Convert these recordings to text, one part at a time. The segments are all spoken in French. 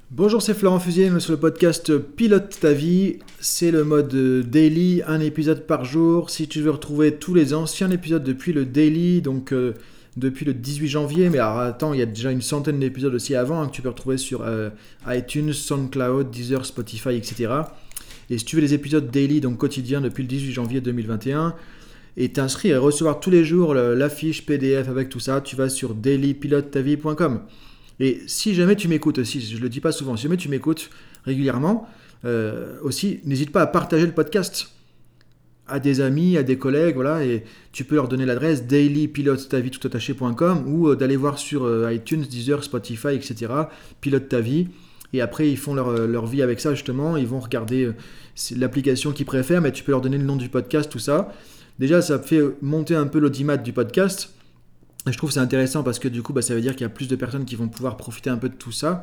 Bonjour, c'est Florent Fusier sur le podcast Pilote ta vie. C'est le mode daily, un épisode par jour. Si tu veux retrouver tous les anciens épisodes depuis le daily, donc depuis le 18 janvier, mais alors attends, il y a déjà une centaine d'épisodes aussi avant que tu peux retrouver sur iTunes, SoundCloud, Deezer, Spotify, etc. Et si tu veux les épisodes daily, donc quotidiens depuis le 18 janvier 2021, et t'inscrire et recevoir tous les jours l'affiche PDF avec tout ça, tu vas sur dailypilotetavie.com. Et si jamais tu m'écoutes aussi, je ne le dis pas souvent, si jamais tu m'écoutes régulièrement, aussi, n'hésite pas à partager le podcast à des amis, à des collègues, voilà, et tu peux leur donner l'adresse dailypilotetavie.com ou d'aller voir sur iTunes, Deezer, Spotify, etc. Pilote ta vie. Et après, ils font leur vie avec ça, justement. Ils vont regarder l'application qu'ils préfèrent, mais tu peux leur donner le nom du podcast, tout ça. Déjà, ça fait monter un peu l'audimat du podcast. Et je trouve ça intéressant parce que du coup, ça veut dire qu'il y a plus de personnes qui vont pouvoir profiter un peu de tout ça.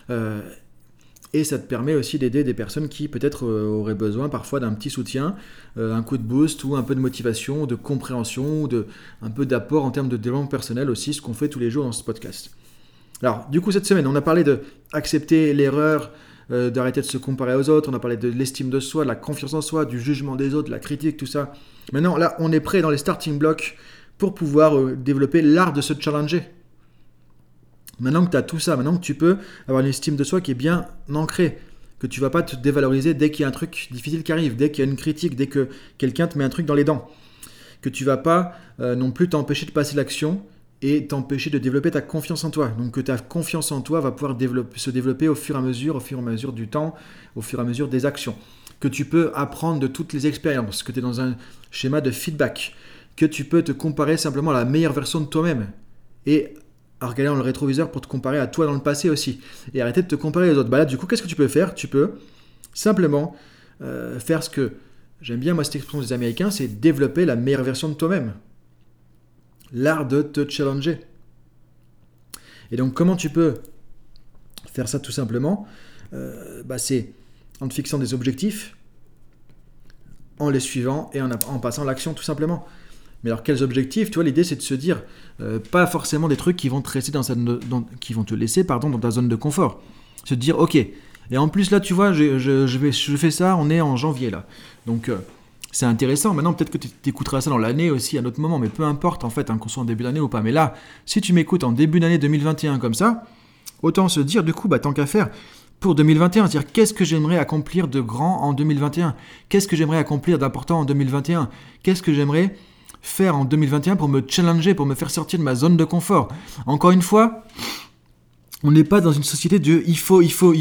Et ça te permet aussi d'aider des personnes qui peut-être auraient besoin parfois d'un petit soutien, un coup de boost ou un peu de motivation, de compréhension, un peu d'apport en termes de développement personnel aussi, ce qu'on fait tous les jours dans ce podcast. Alors, du coup, cette semaine, on a parlé d'accepter l'erreur, d'arrêter de se comparer aux autres, on a parlé de l'estime de soi, de la confiance en soi, du jugement des autres, de la critique, tout ça. Maintenant, là, on est prêt dans les starting blocks pour pouvoir développer l'art de se challenger. Maintenant que tu as tout ça, maintenant que tu peux avoir une estime de soi qui est bien ancrée, que tu ne vas pas te dévaloriser dès qu'il y a un truc difficile qui arrive, dès qu'il y a une critique, dès que quelqu'un te met un truc dans les dents, que tu ne vas pas non plus t'empêcher de passer l'action et t'empêcher de développer ta confiance en toi. Donc que ta confiance en toi va pouvoir se développer au fur et à mesure du temps, au fur et à mesure des actions. Que tu peux apprendre de toutes les expériences, que tu es dans un schéma de feedback, que tu peux te comparer simplement à la meilleure version de toi-même et à regarder dans le rétroviseur pour te comparer à toi dans le passé aussi et arrêter de te comparer aux autres. Là, du coup, qu'est-ce que tu peux faire ? Tu peux simplement faire ce que j'aime bien, moi, cette expression des Américains, c'est développer la meilleure version de toi-même. L'art de te challenger. Et donc, comment tu peux faire ça tout simplement ? C'est en te fixant des objectifs, en les suivant et en passant à l'action tout simplement. Mais alors quels objectifs ? Tu vois, l'idée c'est de se dire, pas forcément des trucs qui vont te laisser dans ta zone de confort. Se dire, ok, et en plus là tu vois, je fais ça, on est en janvier là. Donc c'est intéressant, maintenant peut-être que tu écouteras ça dans l'année aussi à un autre moment, mais peu importe en fait, qu'on soit en début d'année ou pas. Mais là, si tu m'écoutes en début d'année 2021 comme ça, autant se dire du coup, tant qu'à faire, pour 2021, c'est-à-dire qu'est-ce que j'aimerais accomplir de grand en 2021 ? Qu'est-ce que j'aimerais accomplir d'important en 2021 ? Qu'est-ce que j'aimerais faire en 2021 pour me challenger, pour me faire sortir de ma zone de confort. Encore une fois, on n'est pas dans une société de il faut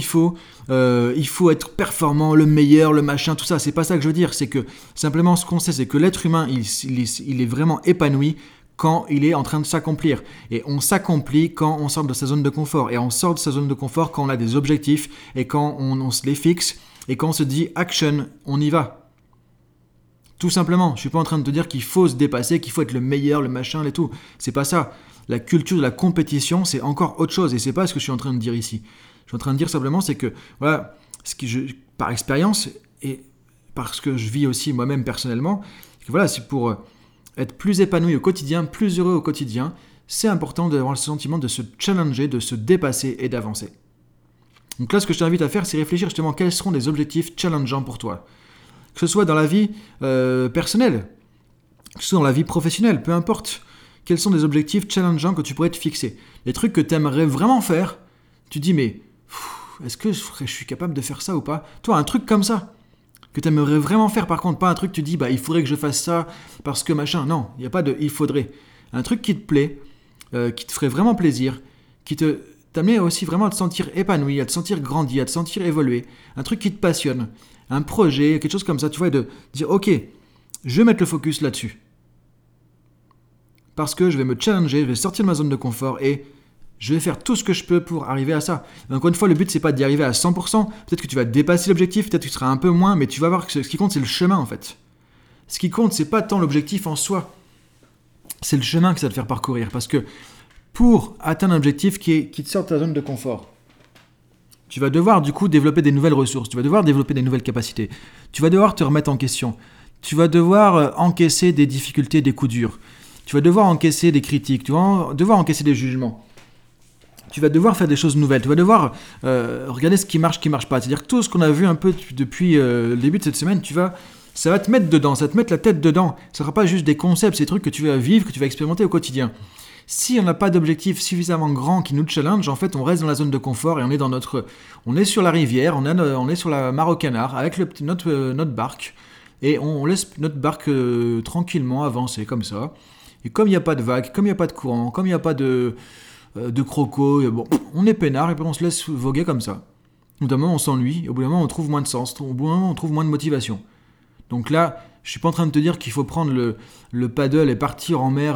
être performant, le meilleur, le machin, tout ça. C'est pas ça que je veux dire. C'est que simplement ce qu'on sait, c'est que l'être humain, il est vraiment épanoui quand il est en train de s'accomplir. Et on s'accomplit quand on sort de sa zone de confort. Et on sort de sa zone de confort quand on a des objectifs et quand on se les fixe et quand on se dit action, on y va. Tout simplement, je ne suis pas en train de te dire qu'il faut se dépasser, qu'il faut être le meilleur, le machin, et tout. C'est pas ça. La culture de la compétition, c'est encore autre chose. Et c'est pas ce que je suis en train de dire ici. Je suis en train de dire simplement, c'est que, voilà, par expérience, et parce que je vis aussi moi-même personnellement, que voilà, c'est pour être plus épanoui au quotidien, plus heureux au quotidien, c'est important d'avoir le sentiment de se challenger, de se dépasser et d'avancer. Donc là, ce que je t'invite à faire, c'est réfléchir justement quels seront des objectifs challengeants pour toi. Que ce soit dans la vie personnelle, que ce soit dans la vie professionnelle, peu importe. Quels sont des objectifs challengeants que tu pourrais te fixer ? Des trucs que tu aimerais vraiment faire, tu te dis mais est-ce que je suis capable de faire ça ou pas ? Toi, un truc comme ça, que tu aimerais vraiment faire par contre, pas un truc que tu dis il faudrait que je fasse ça parce que machin. Non, il n'y a pas de il faudrait. Un truc qui te plaît, qui te ferait vraiment plaisir, qui t'amener aussi vraiment à te sentir épanoui, à te sentir grandi, à te sentir évoluer. Un truc qui te passionne. Un projet, quelque chose comme ça, tu vois, et de dire ok, je vais mettre le focus là-dessus. Parce que je vais me challenger, je vais sortir de ma zone de confort et je vais faire tout ce que je peux pour arriver à ça. Encore une fois, le but, c'est pas d'y arriver à 100%. Peut-être que tu vas dépasser l'objectif, peut-être que tu seras un peu moins, mais tu vas voir que ce qui compte, c'est le chemin en fait. Ce qui compte, c'est pas tant l'objectif en soi. C'est le chemin que ça va te faire parcourir. Parce que pour atteindre un objectif qui te sort de ta zone de confort, tu vas devoir du coup développer des nouvelles ressources, tu vas devoir développer des nouvelles capacités, tu vas devoir te remettre en question, tu vas devoir encaisser des difficultés, des coups durs, tu vas devoir encaisser des critiques, tu vas devoir encaisser des jugements. tu vas devoir faire des choses nouvelles. Tu vas devoir regarder ce qui marche pas. C'est-à-dire que tout ce qu'on a vu un peu depuis le début de cette semaine, ça va te mettre dedans, ça va te mettre la tête dedans. Ça ne sera pas juste des concepts, c'est des trucs que tu vas vivre, que tu vas expérimenter au quotidien. Si on n'a pas d'objectif suffisamment grand qui nous challenge, en fait, on reste dans la zone de confort et on est sur la rivière, on est sur la mare au canard avec notre barque et on laisse notre barque tranquillement avancer comme ça. Et comme il n'y a pas de vagues, comme il n'y a pas de courant, comme il n'y a pas de crocos, on est peinard et puis on se laisse voguer comme ça. Au bout d'un moment, on s'ennuie, et au bout d'un moment, on trouve moins de sens, au bout d'un moment, on trouve moins de motivation. Donc là, je suis pas en train de te dire qu'il faut prendre le paddle et partir en mer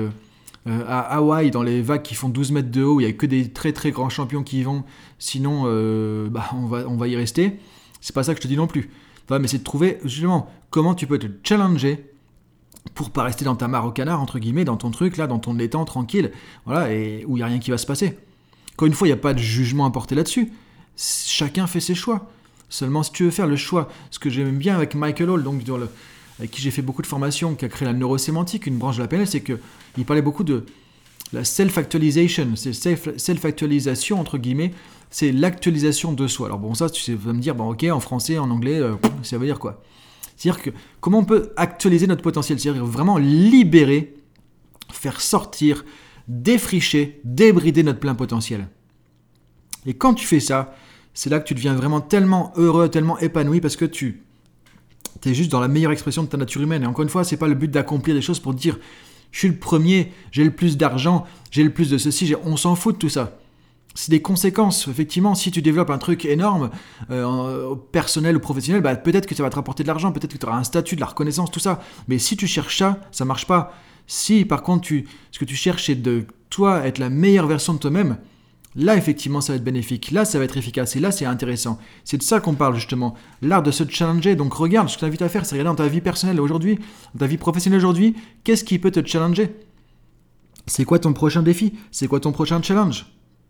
à Hawaï dans les vagues qui font 12 mètres de haut, où il n'y a que des très très grands champions qui y vont, sinon on va y rester. C'est pas ça que je te dis non plus. Mais c'est de trouver justement comment tu peux te challenger pour pas rester dans ta mare au canard, entre guillemets, dans ton truc là, dans ton étang tranquille, voilà, et où il n'y a rien qui va se passer. Encore une fois, il n'y a pas de jugement à porter là-dessus. Chacun fait ses choix. Seulement, si tu veux faire le choix, ce que j'aime bien avec Michael Hall, donc avec qui j'ai fait beaucoup de formations, qui a créé la neurosémantique, une branche de la PNL, c'est qu'il parlait beaucoup de la self-actualization. C'est self-actualisation, entre guillemets, c'est l'actualisation de soi. Alors bon, ça, tu vas me dire, ok, en français, en anglais, ça veut dire quoi ? C'est-à-dire que comment on peut actualiser notre potentiel ? C'est-à-dire vraiment libérer, faire sortir, défricher, débrider notre plein potentiel. Et quand tu fais ça, c'est là que tu deviens vraiment tellement heureux, tellement épanoui, parce que tu es juste dans la meilleure expression de ta nature humaine. Et encore une fois, c'est pas le but d'accomplir des choses pour dire je suis le premier, j'ai le plus d'argent, j'ai le plus de ceci, on s'en fout de tout ça. C'est des conséquences. Effectivement, si tu développes un truc énorme, personnel ou professionnel, peut-être que ça va te rapporter de l'argent, peut-être que tu auras un statut, de la reconnaissance, tout ça. Mais si tu cherches ça, ça marche pas. Si par contre, ce que tu cherches, c'est de toi être la meilleure version de toi-même, là, effectivement, ça va être bénéfique. Là, ça va être efficace. Et là, c'est intéressant. C'est de ça qu'on parle, justement. L'art de se challenger. Donc, regarde, ce que je t'invite à faire, c'est regarder dans ta vie personnelle aujourd'hui, dans ta vie professionnelle aujourd'hui, qu'est-ce qui peut te challenger ? C'est quoi ton prochain défi ? C'est quoi ton prochain challenge ?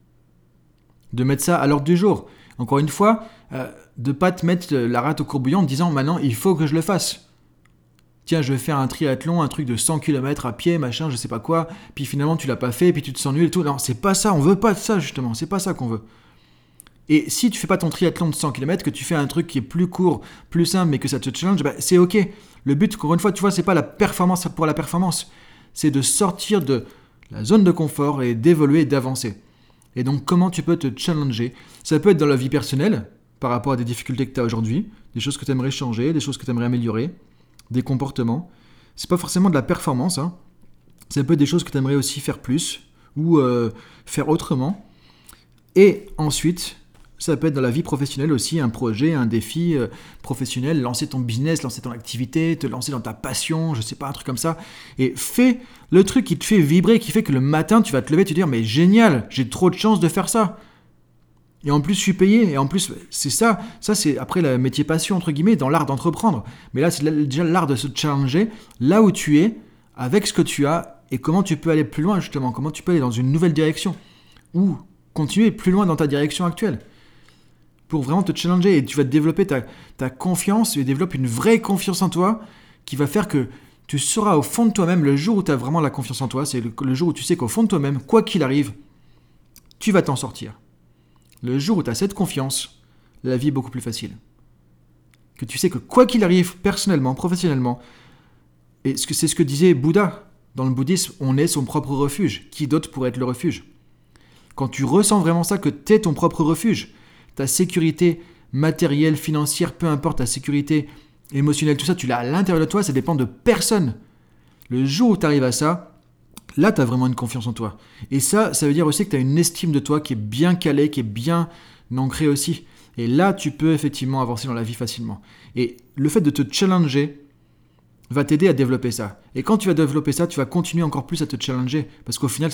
De mettre ça à l'ordre du jour. Encore une fois, de ne pas te mettre la rate au courbouillon en te disant, maintenant, il faut que je le fasse. Tiens, je vais faire un triathlon, un truc de 100 km à pied, machin, je sais pas quoi, puis finalement tu l'as pas fait, puis tu te sens nul et tout. Non, c'est pas ça, on veut pas de ça justement, c'est pas ça qu'on veut. Et si tu fais pas ton triathlon de 100 km, que tu fais un truc qui est plus court, plus simple, mais que ça te challenge, c'est ok. Le but, encore une fois, tu vois, c'est pas la performance pour la performance, c'est de sortir de la zone de confort et d'évoluer et d'avancer. Et donc, comment tu peux te challenger ? Ça peut être dans la vie personnelle, par rapport à des difficultés que tu as aujourd'hui, des choses que tu aimerais changer, des choses que tu aimerais améliorer, des comportements. C'est pas forcément de la performance, hein. Ça peut être des choses que tu aimerais aussi faire plus ou faire autrement. Et ensuite, ça peut être dans la vie professionnelle aussi, un projet, un défi professionnel, lancer ton business, lancer ton activité, te lancer dans ta passion, je sais pas, un truc comme ça. Et fais le truc qui te fait vibrer, qui fait que le matin, tu vas te lever et te dire « Mais génial, j'ai trop de chance de faire ça !» Et en plus, je suis payé. Et en plus, c'est ça. Ça, c'est après le métier passion, entre guillemets, dans l'art d'entreprendre. Mais là, c'est déjà l'art de se challenger là où tu es, avec ce que tu as, et comment tu peux aller plus loin, justement. Comment tu peux aller dans une nouvelle direction. Ou continuer plus loin dans ta direction actuelle. Pour vraiment te challenger. Et tu vas développer ta confiance, et développer une vraie confiance en toi, qui va faire que tu sauras au fond de toi-même, le jour où tu as vraiment la confiance en toi, c'est le jour où tu sais qu'au fond de toi-même, quoi qu'il arrive, tu vas t'en sortir. Le jour où tu as cette confiance, la vie est beaucoup plus facile. Que tu sais que quoi qu'il arrive, personnellement, professionnellement, et c'est ce que disait Bouddha. Dans le bouddhisme, on est son propre refuge. Qui d'autre pourrait être le refuge ? Quand tu ressens vraiment ça, que tu es ton propre refuge, ta sécurité matérielle, financière, peu importe, ta sécurité émotionnelle, tout ça, tu l'as à l'intérieur de toi, ça dépend de personne. Le jour où tu arrives à ça, là, tu as vraiment une confiance en toi. Et ça veut dire aussi que tu as une estime de toi qui est bien calée, qui est bien ancrée aussi. Et là, tu peux effectivement avancer dans la vie facilement. Et le fait de te challenger va t'aider à développer ça. Et quand tu vas développer ça, tu vas continuer encore plus à te challenger. Parce qu'au final,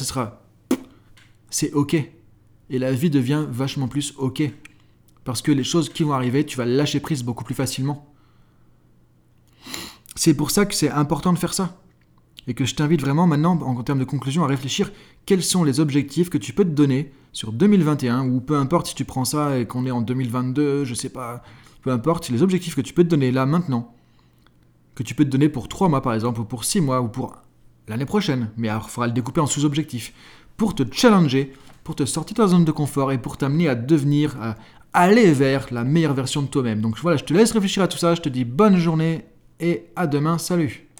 c'est ok. Et la vie devient vachement plus ok. Parce que les choses qui vont arriver, tu vas lâcher prise beaucoup plus facilement. C'est pour ça que c'est important de faire ça. Et que je t'invite vraiment maintenant, en termes de conclusion, à réfléchir quels sont les objectifs que tu peux te donner sur 2021, ou peu importe si tu prends ça et qu'on est en 2022, je sais pas, peu importe, les objectifs que tu peux te donner là, maintenant, que tu peux te donner pour 3 mois par exemple, ou pour 6 mois, ou pour l'année prochaine, mais alors il faudra le découper en sous-objectifs, pour te challenger, pour te sortir de ta zone de confort et pour t'amener à devenir, à aller vers la meilleure version de toi-même. Donc voilà, je te laisse réfléchir à tout ça, je te dis bonne journée et à demain, salut.